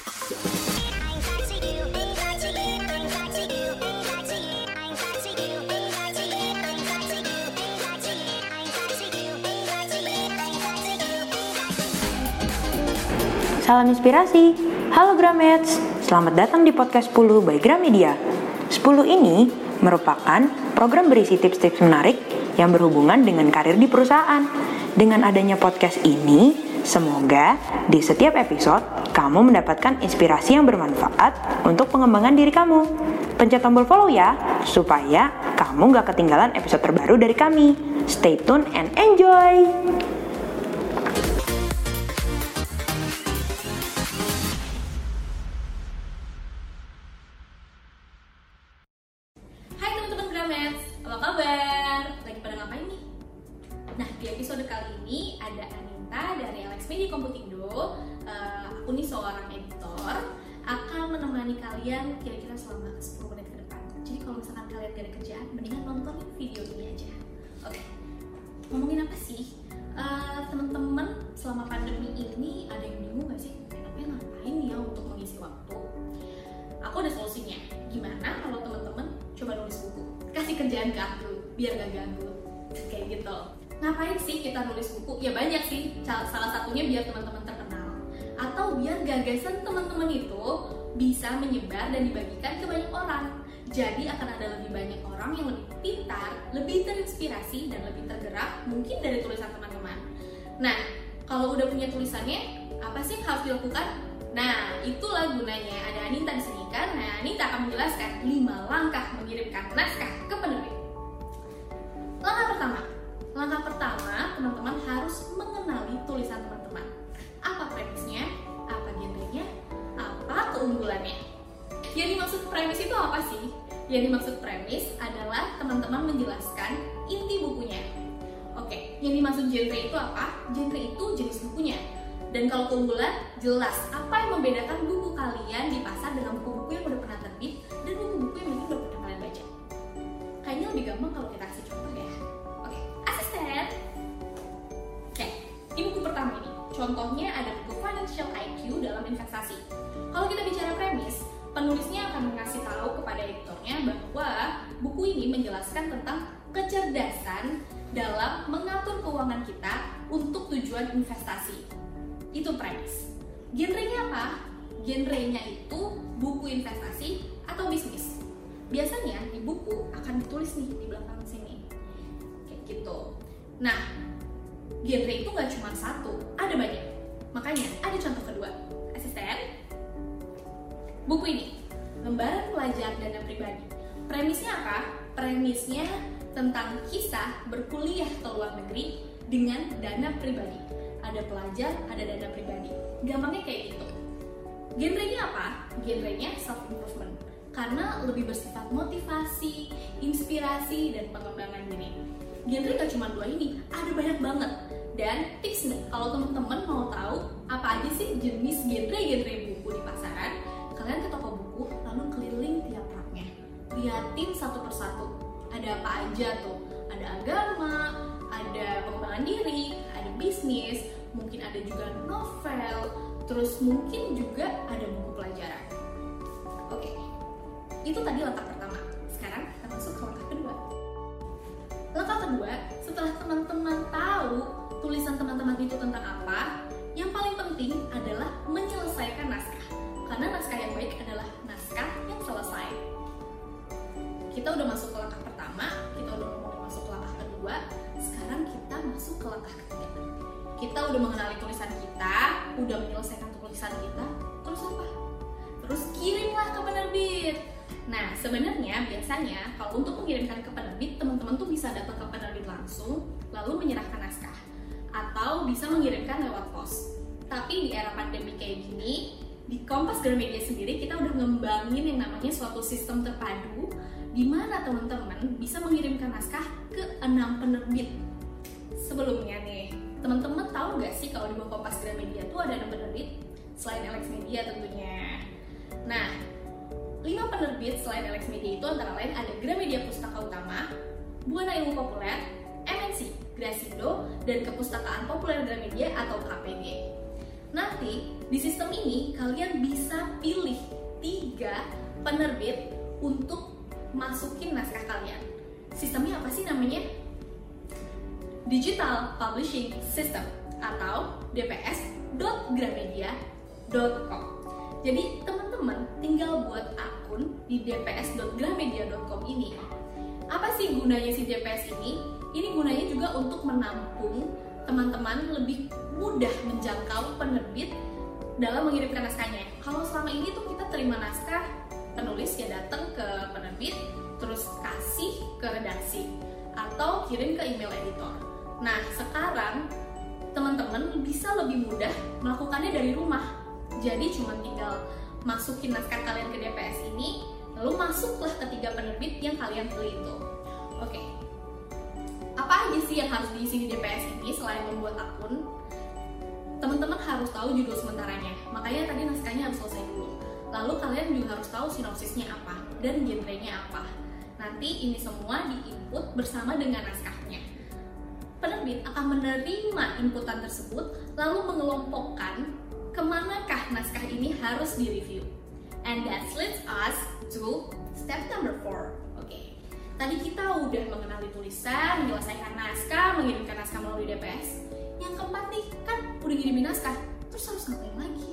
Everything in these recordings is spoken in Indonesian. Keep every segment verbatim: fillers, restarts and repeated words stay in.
Salam inspirasi. Halo Grammates, selamat datang di podcast sepuluh by Gramedia. sepuluh ini merupakan program berisi tips-tips menarik yang berhubungan dengan karir di perusahaan. Dengan adanya podcast ini, semoga di setiap episode kamu mendapatkan inspirasi yang bermanfaat untuk pengembangan diri kamu. Pencet tombol follow ya, supaya kamu gak ketinggalan episode terbaru dari kami. Stay tune and enjoy! Apa kabar? Lagi pada ngapain nih? Nah, di episode kali ini ada Anita dari Alex Media Komputindo. uh, Aku nih seorang editor, akan menemani kalian kira-kira selama sepuluh menit ke depan. Jadi kalau misalkan kalian gak ada kerjaan, mendingan nontonin video ini aja. Oke, ngomongin apa sih? Uh, teman-teman, selama pandemi ini ada yang bingung gak sih? Enaknya ngapain ya untuk mengisi waktu? Aku ada solusinya. Gimana kalau teman-teman coba nulis buku? Kasih kerjaan ke aku, biar gak ganggu. Kayak gitu. Ngapain sih kita nulis buku? Ya banyak sih, salah satunya biar teman-teman terkenal. Atau biar gagasan teman-teman itu bisa menyebar dan dibagikan ke banyak orang. Jadi akan ada lebih banyak orang yang lebih pintar, lebih terinspirasi, dan lebih tergerak mungkin dari tulisan teman-teman. Nah, kalau udah punya tulisannya, apa sih yang harus dilakukan? Nah, itulah gunanya ada Anita di sini kan. Nah, Anita akan menjelaskan lima langkah mengirimkan naskah ke penerbit. Langkah pertama, langkah pertama teman-teman harus mengenali tulisan teman-teman. Apa premisnya? Apa genrenya? Apa keunggulannya? Yang dimaksud premis itu apa sih? Yang dimaksud premis adalah teman-teman menjelaskan inti bukunya. Oke, yang dimaksud genre itu apa? Genre itu jenis bukunya. Dan kalau keunggulan, jelas apa yang membedakan buku kalian di pasar dengan buku-buku yang udah pernah terbit dan buku-buku yang mungkin udah pernah kalian baca. Kayaknya lebih gampang kalau kita kasih contoh ya. Oke, asisten. Oke, di buku pertama ini, contohnya ada buku Financial I Q dalam investasi. Kalau kita bicara premis, penulisnya akan mengasih tahu kepada editornya bahwa buku ini menjelaskan tentang kecerdasan dalam mengatur keuangan kita untuk tujuan investasi. Itu premis. Genrenya apa? Genrenya itu buku investasi atau bisnis. Biasanya di buku akan ditulis nih di belakang sini. Kayak gitu. Nah, genre itu gak cuma satu, ada banyak. Makanya ada contoh kedua. Asisten. Buku ini, Lembaran Pelajar Dana Pribadi. Premisnya apa? Premisnya tentang kisah berkuliah ke luar negeri dengan dana pribadi. Ada pelajar, ada dana pribadi. Gampangnya kayak gitu. Genrenya apa? Genrenya self-improvement. Karena lebih bersifat motivasi, inspirasi, dan pengembangan diri. Genre gak cuma dua ini, ada banyak banget. Dan tips nih, kalau teman-teman mau tahu apa aja sih jenis genre-genre buku di pasaran, kalian ke toko buku, lalu keliling tiap raknya. Liatin satu persatu. Ada apa aja tuh? Ada agama, ada pengembangan diri, ada bisnis, mungkin ada juga novel, terus mungkin juga ada buku pelajaran. Oke, itu tadi langkah pertama. Sekarang kita masuk ke langkah kedua. Langkah kedua, setelah teman-teman tahu tulisan teman-teman itu tentang apa, yang paling penting adalah menyelesaikan naskah. Karena naskah yang baik adalah naskah yang selesai. Kita udah masuk ke langkah pertama, kita udah mau masuk ke langkah kedua. Sekarang kita masuk ke langkah ketiga. Kita udah mengenali tulisan kita, udah menyelesaikan tulisan kita, terus apa? Terus kirimlah ke penerbit. Nah, sebenarnya biasanya kalau untuk mengirimkan ke penerbit, teman-teman tuh bisa datang ke penerbit langsung, lalu menyerahkan naskah, atau bisa mengirimkan lewat pos. Tapi di era pandemi kayak gini, di Kompas Gramedia sendiri kita udah ngembangin yang namanya suatu sistem terpadu, di mana teman-teman bisa mengirimkan naskah ke enam penerbit. Sebelumnya nih, teman-teman tahu nggak sih kalau di bawah Kompas Gramedia tuh ada enam penerbit selain Alex Media tentunya. Nah, lima penerbit selain Alex Media itu antara lain ada Gramedia Pustaka Utama, Buana Ilmu Populer, M N C, Grasindo, dan Kepustakaan Populer Gramedia atau K P G. Nanti di sistem ini kalian bisa pilih tiga penerbit untuk masukin naskah kalian. Sistemnya apa sih namanya? Digital Publishing System atau d p s dot gramedia dot com. Jadi teman-teman tinggal buat akun di d p s dot gramedia dot com ini. Apa sih gunanya si D P S ini? Ini gunanya juga untuk menampung teman-teman lebih mudah menjangkau penerbit dalam mengirimkan naskahnya. Kalau selama ini tuh kita terima naskah, penulis ya datang ke penerbit, terus kasih ke redaksi atau kirim ke email editor. Nah, sekarang teman-teman bisa lebih mudah melakukannya dari rumah. Jadi cuma tinggal masukin naskah kalian ke D P S ini, lalu masuklah ke tiga penerbit yang kalian pilih itu. Oke, apa aja sih yang harus diisi di D P S ini selain membuat akun? Teman-teman harus tahu judul sementaranya, makanya tadi naskahnya harus selesai dulu. Lalu kalian juga harus tahu sinopsisnya apa dan genrenya apa. Nanti ini semua di-input bersama dengan naskahnya. Penerbit akan menerima inputan tersebut, lalu mengelompokkan kemanakah naskah ini harus direview. And that leads us to step number four. Oke, okay. Tadi kita udah mengenali tulisan, menyelesaikan naskah, mengirimkan naskah melalui D P S. Yang keempat nih, kan udah ngirimin naskah, terus harus ngapain lagi?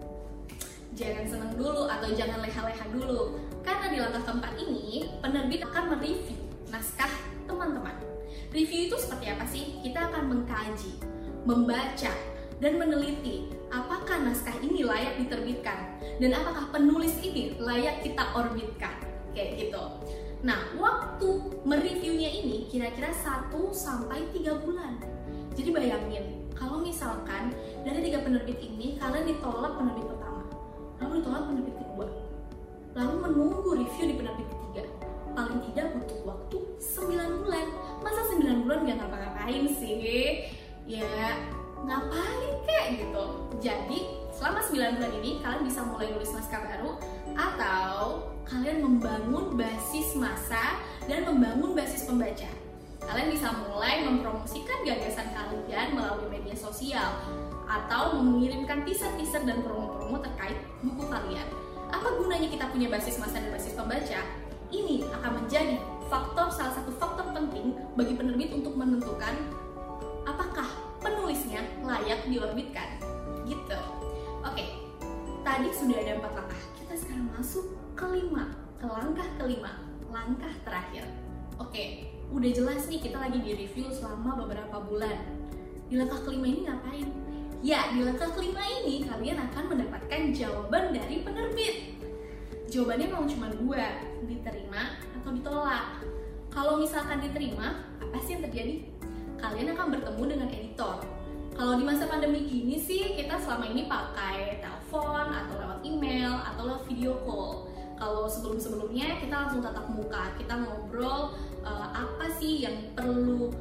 Jangan seneng dulu atau jangan leha-leha dulu, karena di langkah keempat ini penerbit akan mereview naskah teman-teman. Review itu seperti apa sih? Kita akan mengkaji, membaca, dan meneliti apakah naskah ini layak diterbitkan dan apakah penulis ini layak kita orbitkan, kayak gitu. Nah, waktu mereviewnya ini kira-kira satu sampai tiga bulan. Jadi bayangin, kalau misalkan dari tiga penerbit ini kalian ditolak penerbit pertama, lalu ditolak penerbit kedua, lalu menunggu review di penerbit ketiga, paling tidak butuh waktu sembilan bulan. Masa sembilan bulan gak ngapa-ngapain sih? Ya ngapain kek gitu. Jadi selama sembilan bulan ini kalian bisa mulai nulis naskah baru, atau kalian membangun basis massa dan membangun basis pembaca. Kalian bisa mulai mempromosikan gagasan kalian melalui media sosial atau mengirimkan teaser-teaser dan promo-promo terkait buku kalian. Apa gunanya kita punya basis massa dan basis pembaca? Ini akan menjadi faktor salah satu faktor penting bagi penerbit untuk menentukan apakah penulisnya layak diorbitkan, gitu. Oke, tadi sudah ada empat langkah. Kita sekarang masuk ke lima, ke langkah kelima, langkah terakhir. Oke, udah jelas nih kita lagi di review selama beberapa bulan. Di langkah kelima ini ngapain? Ya, di langkah kelima ini kalian akan mendapatkan jawaban dari penerbit. Jawabannya memang cuma dua, diterima atau ditolak. Kalau misalkan diterima, apa sih yang terjadi? Kalian akan bertemu dengan editor. Kalau di masa pandemi gini sih, kita selama ini pakai telepon atau lewat email atau lewat video call. Kalau sebelum-sebelumnya kita langsung tatap muka, kita ngobrol uh, apa sih yang perlu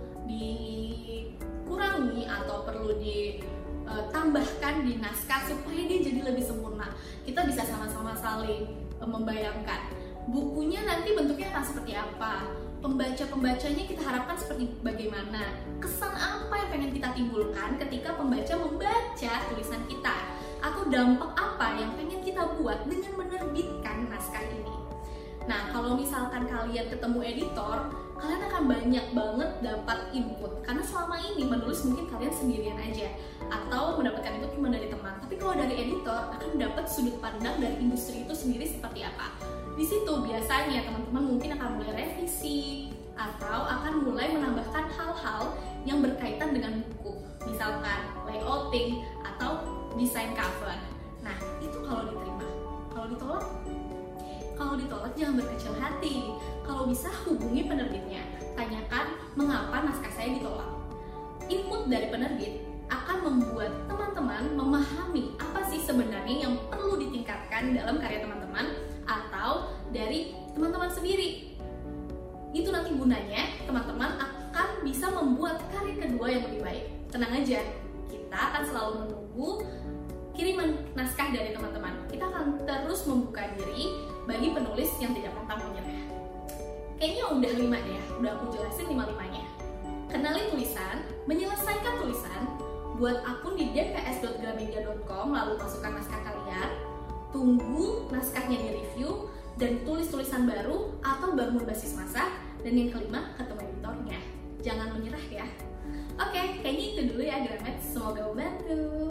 dikurangi atau perlu ditambahkan di naskah supaya dia jadi lebih sempurna. Kita bisa sama-sama saling uh, membayangkan bukunya nanti bentuknya akan seperti apa, pembaca-pembacanya kita harapkan seperti bagaimana, kesan apa yang pengen kita timbulkan ketika pembaca membaca tulisan kita, atau dampak apa yang pengen kita buat dengan menerbitkan naskah ini. Nah, kalau misalkan kalian ketemu editor, kalian akan banyak banget dapat input, karena selama ini menulis mungkin kalian sendirian aja, atau mendapatkan input cuma dari teman. Tapi kalau dari editor, akan mendapat sudut pandang dari industri itu sendiri seperti apa. Di situ biasanya teman-teman mungkin akan mulai revisi atau akan mulai menambahkan hal-hal yang berkaitan dengan buku, misalkan layouting atau desain cover. Nah, itu kalau diterima. Kalau ditolak, kalau ditolak jangan berkecil hati. Kalau bisa hubungi penerbitnya, tanyakan mengapa naskah saya ditolak. Input dari penerbit akan membuat teman-teman memahami apa sih sebenarnya yang perlu ditingkatkan dalam karya teman-teman atau dari teman-teman sendiri. Itu nanti gunanya teman-teman akan bisa membuat karya kedua yang lebih baik. Tenang aja, kita akan selalu menunggu kiriman naskah dari teman-teman. Kita akan terus membuka diri bagi penulis yang tidak pantang menyerah. Kayaknya udah lima deh ya, udah aku jelasin lima-limanya. Kenali tulisan, menyelesaikan tulisan, buat akun di d p s dot gramedia dot com, lalu masukkan naskah kalian, tunggu naskahnya di review, dan tulis tulisan baru atau bangun basis masa, dan yang kelima ketemu editornya. Jangan menyerah ya. Oke, kayaknya itu dulu ya Gramet, semoga membantu.